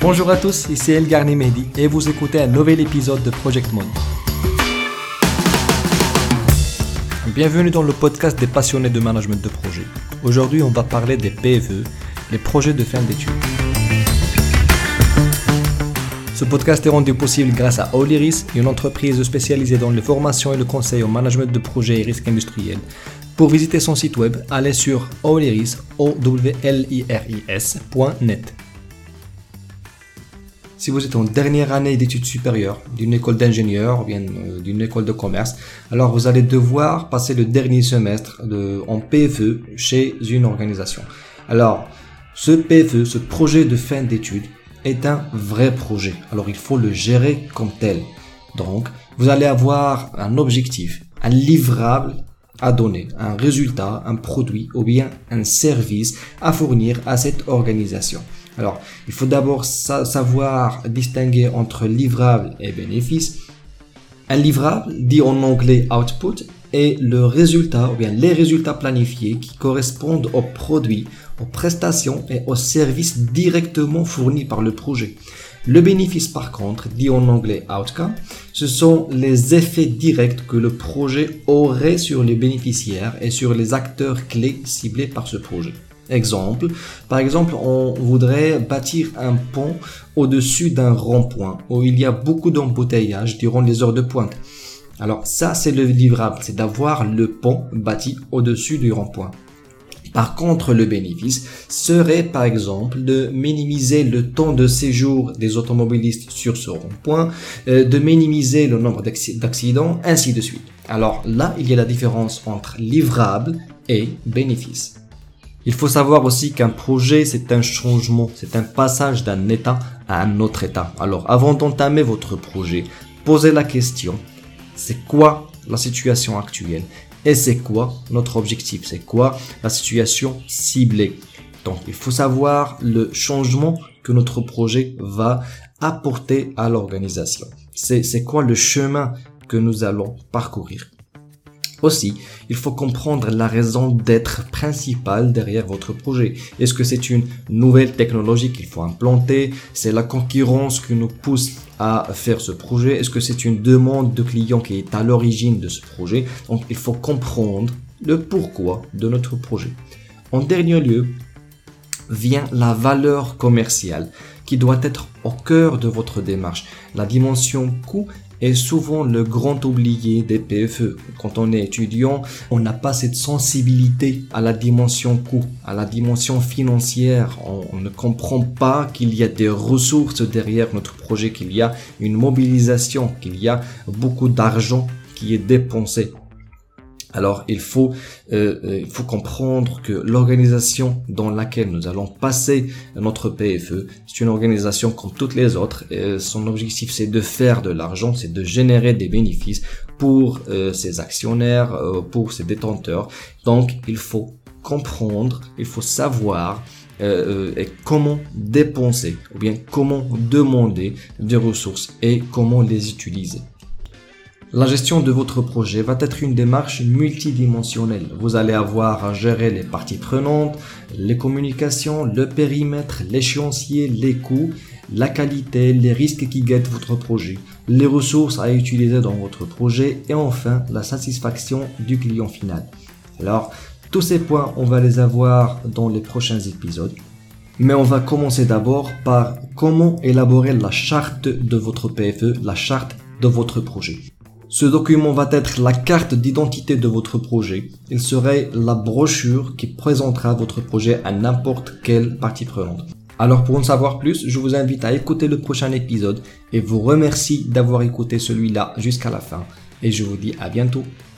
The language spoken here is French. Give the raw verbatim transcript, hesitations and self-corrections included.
Bonjour à tous, ici El Garni Mehdi et vous écoutez un nouvel épisode de Project Mode. Bienvenue dans le podcast des passionnés de management de projet. Aujourd'hui, on va parler des P F E, les projets de fin d'études. Ce podcast est rendu possible grâce à Oliris, une entreprise spécialisée dans les formations et le conseil au management de projets et risques industriels. Pour visiter son site web, allez sur oliris point net. Si vous êtes en dernière année d'études supérieures, d'une école d'ingénieur ou bien euh, d'une école de commerce, alors vous allez devoir passer le dernier semestre de, en P F E chez une organisation. Alors, ce P F E, ce projet de fin d'études, est un vrai projet. Alors, il faut le gérer comme tel. Donc, vous allez avoir un objectif, un livrable à donner, un résultat, un produit ou bien un service à fournir à cette organisation. Alors, il faut d'abord sa- savoir distinguer entre livrable et bénéfice. Un livrable, dit en anglais output, est le résultat ou bien les résultats planifiés qui correspondent aux produits, aux prestations et aux services directement fournis par le projet. Le bénéfice, par contre, dit en anglais outcome, ce sont les effets directs que le projet aurait sur les bénéficiaires et sur les acteurs clés ciblés par ce projet. Exemple, par exemple, on voudrait bâtir un pont au-dessus d'un rond-point où il y a beaucoup d'embouteillages durant les heures de pointe. Alors ça, c'est le livrable, c'est d'avoir le pont bâti au-dessus du rond-point. Par contre, le bénéfice serait par exemple de minimiser le temps de séjour des automobilistes sur ce rond-point, euh, de minimiser le nombre d'accidents, ainsi de suite. Alors là, il y a la différence entre livrable et bénéfice. Il faut savoir aussi qu'un projet, c'est un changement, c'est un passage d'un état à un autre état. Alors, avant d'entamer votre projet, posez la question, c'est quoi la situation actuelle? Et c'est quoi notre objectif? C'est quoi la situation ciblée? Donc, il faut savoir le changement que notre projet va apporter à l'organisation. C'est, c'est quoi le chemin que nous allons parcourir? Aussi, il faut comprendre la raison d'être principale derrière votre projet. Est-ce que c'est une nouvelle technologie qu'il faut implanter? C'est la concurrence qui nous pousse à faire ce projet? Est-ce que c'est une demande de client qui est à l'origine de ce projet? Donc, il faut comprendre le pourquoi de notre projet. En dernier lieu, vient la valeur commerciale qui doit être au cœur de votre démarche. La dimension coût est souvent le grand oublié des P F E. Quand on est étudiant, on n'a pas cette sensibilité à la dimension coût, à la dimension financière. On, on ne comprend pas qu'il y a des ressources derrière notre projet, qu'il y a une mobilisation, qu'il y a beaucoup d'argent qui est dépensé. Alors, il faut, euh, il faut comprendre que l'organisation dans laquelle nous allons passer notre P F E, c'est une organisation comme toutes les autres. Et son objectif, c'est de faire de l'argent, c'est de générer des bénéfices pour euh, ses actionnaires, euh, pour ses détenteurs. Donc, il faut comprendre, il faut savoir euh, et comment dépenser ou bien comment demander des ressources et comment les utiliser. La gestion de votre projet va être une démarche multidimensionnelle. Vous allez avoir à gérer les parties prenantes, les communications, le périmètre, l'échéancier, les coûts, la qualité, les risques qui guettent votre projet, les ressources à utiliser dans votre projet et enfin la satisfaction du client final. Alors, tous ces points, on va les avoir dans les prochains épisodes. Mais on va commencer d'abord par comment élaborer la charte de votre P F E, la charte de votre projet. Ce document va être la carte d'identité de votre projet. Il serait la brochure qui présentera votre projet à n'importe quelle partie prenante. Alors pour en savoir plus, je vous invite à écouter le prochain épisode et vous remercie d'avoir écouté celui-là jusqu'à la fin. Et je vous dis à bientôt.